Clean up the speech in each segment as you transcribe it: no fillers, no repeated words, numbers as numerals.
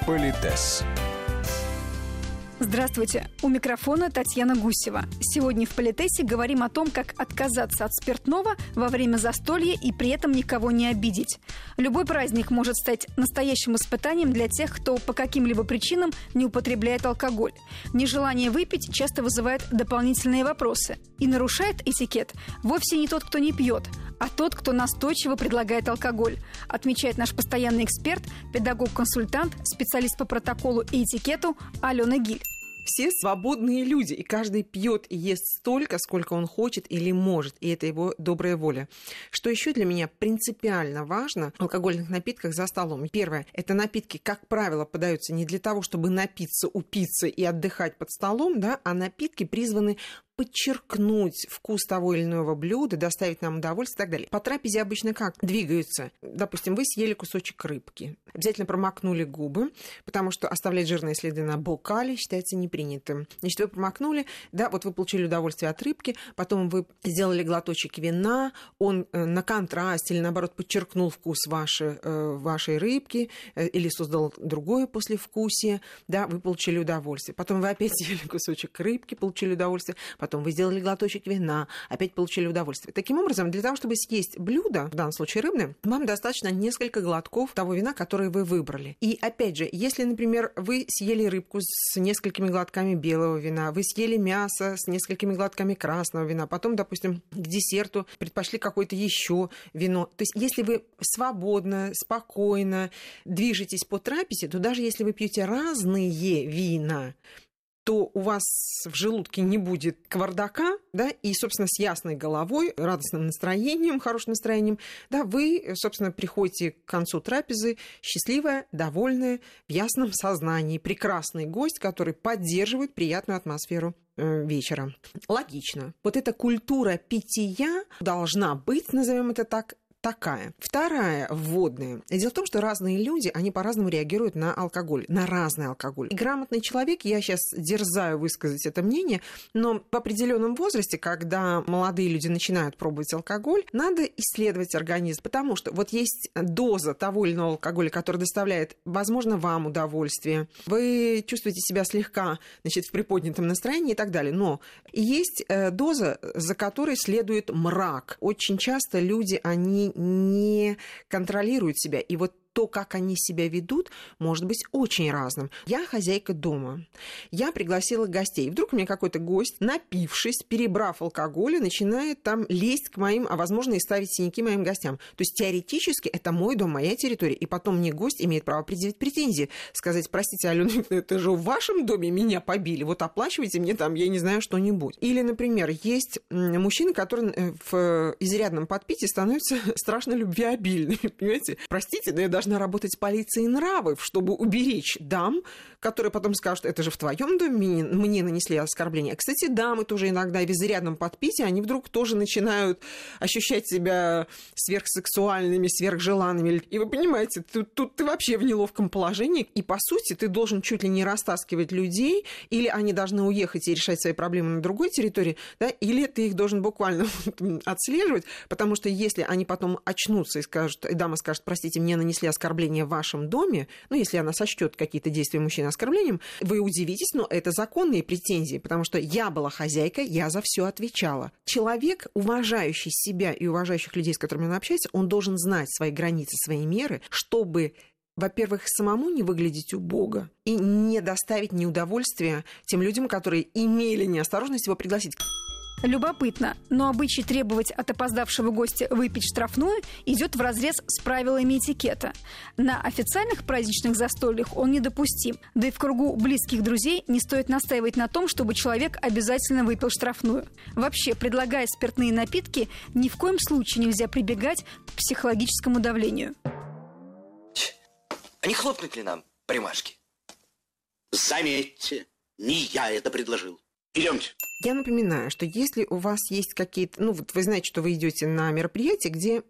Политес. Здравствуйте, у микрофона Татьяна Гусева. Сегодня в Политесе говорим о том, как отказаться от спиртного во время застолья и при этом никого не обидеть. Любой праздник может стать настоящим испытанием для тех, кто по каким-либо причинам не употребляет алкоголь. Нежелание выпить часто вызывает дополнительные вопросы. И нарушает этикет вовсе не тот, кто не пьет, а тот, кто настойчиво предлагает алкоголь, отмечает наш постоянный эксперт, педагог-консультант, специалист по протоколу и этикету Алена Гиль. Все свободные люди, и каждый пьет и ест столько, сколько он хочет или может, и это его добрая воля. Что еще для меня принципиально важно в алкогольных напитках за столом? Первое, это напитки, как правило, подаются не для того, чтобы напиться, упиться и отдыхать под столом, да, а напитки призваны подчеркнуть вкус того или иного блюда, доставить нам удовольствие и так далее. По трапезе обычно как двигаются? Допустим, вы съели кусочек рыбки, обязательно промокнули губы, потому что оставлять жирные следы на бокале считается непринятым. Значит, вы промокнули, да, вот вы получили удовольствие от рыбки, потом вы сделали глоточек вина, он на контрасте или, наоборот, подчеркнул вкус вашей рыбки или создал другое послевкусие, да, вы получили удовольствие. Потом вы опять съели кусочек рыбки, получили удовольствие, потом вы сделали глоточек вина, опять получили удовольствие. Таким образом, для того, чтобы съесть блюдо, в данном случае рыбное, вам достаточно несколько глотков того вина, которое вы выбрали. И опять же, если, например, вы съели рыбку с несколькими глотками белого вина, вы съели мясо с несколькими глотками красного вина, потом, допустим, к десерту предпочли какое-то еще вино. То есть, если вы свободно, спокойно движетесь по трапезе, то даже если вы пьете разные вина, то у вас в желудке не будет кавардака, да, и, собственно, с ясной головой, радостным настроением, хорошим настроением, да, вы, собственно, приходите к концу трапезы счастливая, довольная, в ясном сознании, прекрасный гость, который поддерживает приятную атмосферу вечера. Логично. Вот эта культура питья должна быть, назовем это так, такая. Вторая вводная. Дело в том, что разные люди, они по-разному реагируют на алкоголь, на разный алкоголь. И грамотный человек, я сейчас дерзаю высказать это мнение, но в определенном возрасте, когда молодые люди начинают пробовать алкоголь, надо исследовать организм, потому что вот есть доза того или иного алкоголя, который доставляет, возможно, вам удовольствие, вы чувствуете себя слегка, значит, в приподнятом настроении и так далее, но есть доза, за которой следует мрак. Очень часто люди, они не контролируют себя. И вот то, как они себя ведут, может быть очень разным. Я хозяйка дома. Я пригласила гостей. Вдруг у меня какой-то гость, напившись, перебрав алкоголь, начинает там лезть к моим, а возможно и ставить синяки моим гостям. То есть теоретически это мой дом, моя территория. И потом мне гость имеет право предъявить претензии. Сказать: простите, Алена, это же в вашем доме меня побили. Вот оплачивайте мне там, я не знаю, что-нибудь. Или, например, есть мужчины, которые в изрядном подпитии становятся страшно любвеобильными. Понимаете? Простите, но я должна работать с полицией нравов, чтобы уберечь дам, которые потом скажут: это же в твоем доме мне нанесли оскорбление. Кстати, дамы тоже иногда в изрядном подпитии, они вдруг тоже начинают ощущать себя сверхсексуальными, сверхжеланными. И вы понимаете, тут ты вообще в неловком положении, и по сути ты должен чуть ли не растаскивать людей, или они должны уехать и решать свои проблемы на другой территории, да, или ты их должен буквально отслеживать, потому что если они потом очнутся и скажут, и дама скажет: простите, мне нанесли оскорбление в вашем доме, ну, если она сочтет какие-то действия мужчины оскорблением, вы удивитесь, но это законные претензии, потому что я была хозяйкой, я за все отвечала. Человек, уважающий себя и уважающих людей, с которыми он общается, он должен знать свои границы, свои меры, чтобы, во-первых, самому не выглядеть убого и не доставить неудовольствия тем людям, которые имели неосторожность его пригласить. Любопытно, но обычай требовать от опоздавшего гостя выпить штрафную идет вразрез с правилами этикета. На официальных праздничных застольях он недопустим, да и в кругу близких друзей не стоит настаивать на том, чтобы человек обязательно выпил штрафную. Вообще, предлагая спиртные напитки, ни в коем случае нельзя прибегать к психологическому давлению. А не хлопнуть ли нам по рюмашке? Заметьте, не я это предложил. Идемте. Я напоминаю, что если у вас есть какие-то... Ну, вот вы знаете, что вы идете на мероприятие, где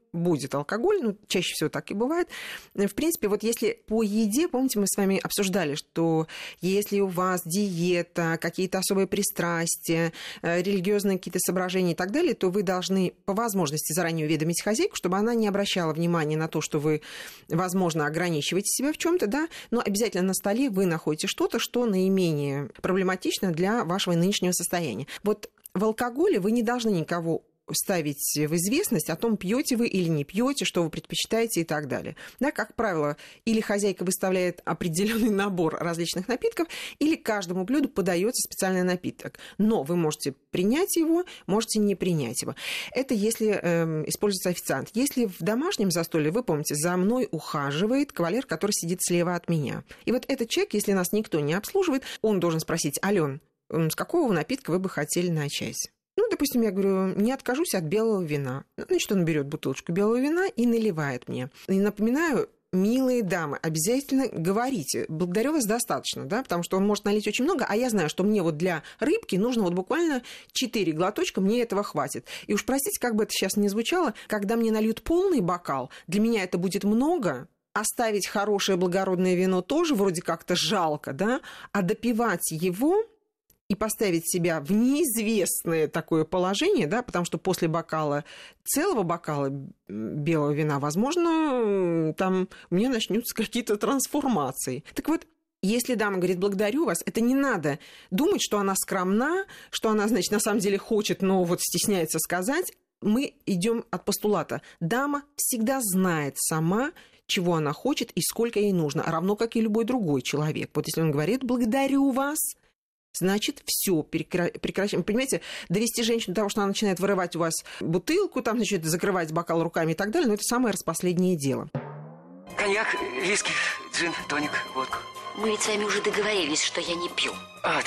будет алкоголь, ну, чаще всего так и бывает. В принципе, вот если по еде, помните, мы с вами обсуждали, что если у вас диета, какие-то особые пристрастия, религиозные какие-то соображения и так далее, то вы должны по возможности заранее уведомить хозяйку, чтобы она не обращала внимания на то, что вы, возможно, ограничиваете себя в чем-то, да, но обязательно на столе вы находите что-то, что наименее проблематично для вашего нынешнего состояния. Вот в алкоголе вы не должны никого ставить в известность о том, пьете вы или не пьете, что вы предпочитаете и так далее. Да, как правило, или хозяйка выставляет определенный набор различных напитков, или к каждому блюду подается специальный напиток. Но вы можете принять его, можете не принять его. Это если используется официант. Если в домашнем застолье, вы помните, за мной ухаживает кавалер, который сидит слева от меня. И вот этот человек, если нас никто не обслуживает, он должен спросить: Алён, с какого напитка вы бы хотели начать? Ну, допустим, я говорю, не откажусь от белого вина. Значит, он берет бутылочку белого вина и наливает мне. И напоминаю, милые дамы, обязательно говорите: благодарю вас, достаточно, да, потому что он может налить очень много, а я знаю, что мне вот для рыбки нужно вот буквально 4 глоточка, мне этого хватит. И уж простите, как бы это сейчас ни звучало, когда мне нальют полный бокал, для меня это будет много. Оставить хорошее благородное вино тоже вроде как-то жалко, да, а допивать его и поставить себя в неизвестное такое положение, да, потому что после бокала, целого бокала белого вина, возможно, там у меня начнутся какие-то трансформации. Так вот, если дама говорит: благодарю вас, это не надо думать, что она скромна, что она, значит, на самом деле хочет, но вот стесняется сказать. Мы идем от постулата. Дама всегда знает сама, чего она хочет и сколько ей нужно, равно как и любой другой человек. Вот если он говорит: благодарю вас, значит, все, прекращаем. Понимаете, довести женщину до того, что она начинает вырывать у вас бутылку, там, значит, закрывать бокал руками и так далее, но это самое распоследнее дело. Коньяк, виски, джин, тоник, водку. Мы ведь с вами уже договорились, что я не пью. Да.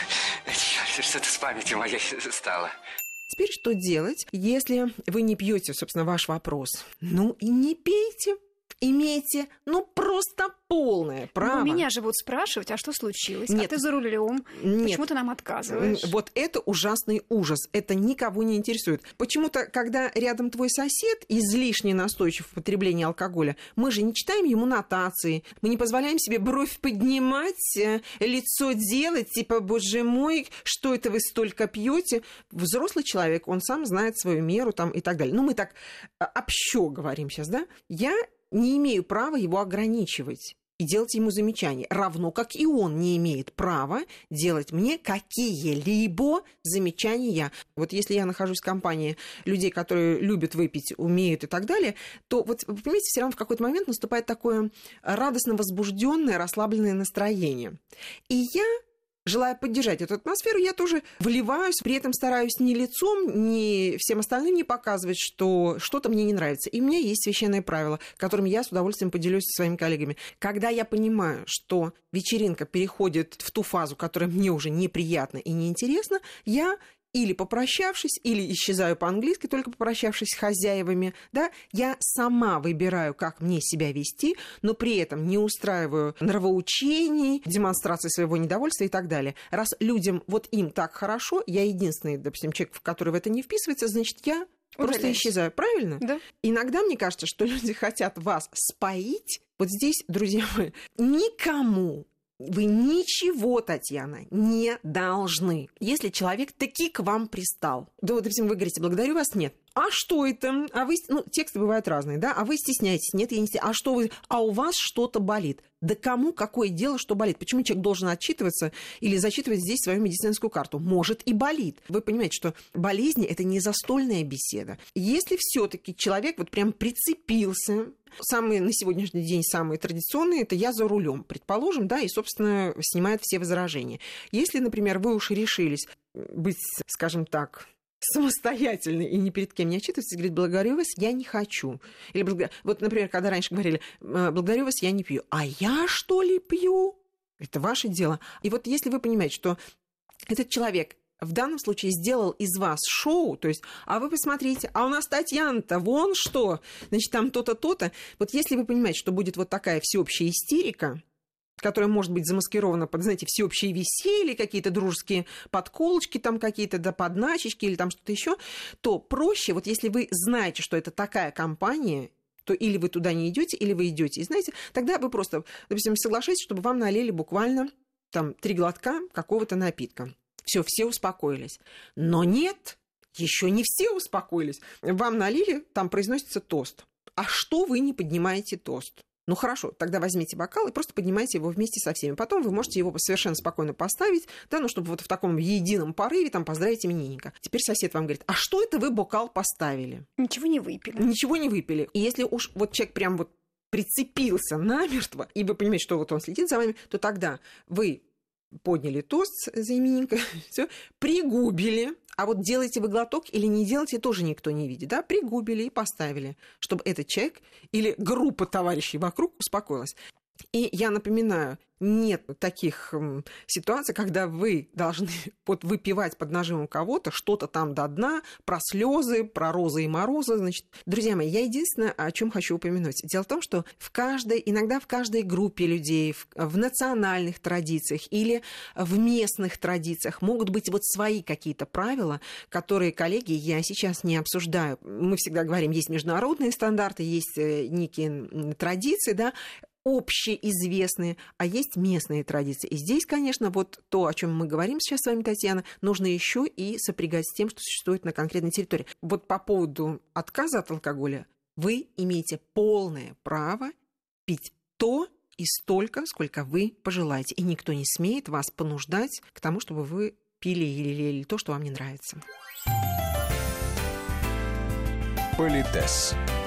Что-то с памятью моей стало. Теперь что делать, если вы не пьете, собственно, ваш вопрос? Ну и не пейте. Имеете, просто полное право. Но меня же будут спрашивать: а что случилось? Нет. А ты за рулем? Нет. Почему ты нам отказываешь? Вот это ужасный ужас. Это никого не интересует. Почему-то, когда рядом твой сосед излишне настойчив в потреблении алкоголя, мы же не читаем ему нотации, мы не позволяем себе бровь поднимать, лицо делать, типа: боже мой, что это вы столько пьете? Взрослый человек, он сам знает свою меру там, и так далее. Мы так общо говорим сейчас, да? Я не имею права его ограничивать и делать ему замечания, равно как и он не имеет права делать мне какие-либо замечания. Вот если я нахожусь в компании людей, которые любят выпить, умеют и так далее, то вот, вы понимаете, все равно в какой-то момент наступает такое радостно возбужденное, расслабленное настроение. И я, желая поддержать эту атмосферу, я тоже вливаюсь, при этом стараюсь ни лицом, ни всем остальным не показывать, что что-то мне не нравится. И у меня есть священное правило, которым я с удовольствием поделюсь со своими коллегами. Когда я понимаю, что вечеринка переходит в ту фазу, которая мне уже неприятна и неинтересна, я или попрощавшись, или исчезаю по-английски, только попрощавшись с хозяевами, да, я сама выбираю, как мне себя вести, но при этом не устраиваю нравоучений, демонстрации своего недовольства и так далее. Раз людям вот им так хорошо, я единственный, допустим, человек, который в это не вписывается, значит, я просто исчезаю. Правильно? Да. Иногда мне кажется, что люди хотят вас споить. Вот здесь, друзья мои, никому вы ничего, Татьяна, не должны. Если человек таки к вам пристал, да, вот, допустим, вы говорите: благодарю вас, нет. А что это? А вы, тексты бывают разные, да? А вы стесняетесь? Нет, я не стесняюсь. А что вы? А у вас что-то болит? Да кому какое дело, что болит? Почему человек должен отчитываться или зачитывать здесь свою медицинскую карту? Может, и болит. Вы понимаете, что болезни – это не застольная беседа. Если все-таки человек вот прям прицепился, самые на сегодняшний день самые традиционные – это я за рулем, предположим, да, и, собственно, снимает все возражения. Если, например, вы уж решились быть, скажем так, самостоятельный и ни перед кем не отчитываться, говорит: благодарю вас, я не хочу. Или вот, например, когда раньше говорили: благодарю вас, я не пью. А я, что ли, пью? Это ваше дело. И вот если вы понимаете, что этот человек в данном случае сделал из вас шоу, то есть: а вы посмотрите, а у нас Татьяна-то вон что, значит, там то-то, то-то. Вот если вы понимаете, что будет вот такая всеобщая истерика, которая может быть замаскирована под, знаете, всеобщие веселье, какие-то дружеские подколочки там какие-то, да, подначечки или там что-то еще, то проще, вот если вы знаете, что это такая компания, то или вы туда не идете, или вы идете. И знаете, тогда вы просто, допустим, соглашаетесь, чтобы вам налили буквально там 3 глотка какого-то напитка. Все успокоились. Но нет, еще не все успокоились. Вам налили, там произносится тост. А что вы не поднимаете тост? Ну хорошо, тогда возьмите бокал и просто поднимайте его вместе со всеми. Потом вы можете его совершенно спокойно поставить, да, ну, чтобы вот в таком едином порыве там поздравить именинника. Теперь сосед вам говорит: а что это вы бокал поставили? Ничего не выпили. Ничего не выпили. И если уж вот человек прям вот прицепился намертво, и вы понимаете, что вот он следит за вами, то тогда вы подняли тост за именинника, все, пригубили. А вот делаете вы глоток или не делаете, тоже никто не видит. Да? Пригубили и поставили, чтобы этот человек или группа товарищей вокруг успокоилась. И я напоминаю, нет таких ситуаций, когда вы должны вот выпивать под нажимом кого-то что-то там до дна, про слезы, про розы и морозы. Значит, друзья мои, я единственное, о чем хочу упомянуть. Дело в том, что иногда в каждой группе людей, в национальных традициях или в местных традициях могут быть вот свои какие-то правила, которые, коллеги, я сейчас не обсуждаю. Мы всегда говорим, есть международные стандарты, есть некие традиции, да, общеизвестные, а есть местные традиции. И здесь, конечно, вот то, о чем мы говорим сейчас с вами, Татьяна, нужно еще и сопрягать с тем, что существует на конкретной территории. Вот по поводу отказа от алкоголя вы имеете полное право пить то и столько, сколько вы пожелаете. И никто не смеет вас понуждать к тому, чтобы вы пили или ели то, что вам не нравится. Политес.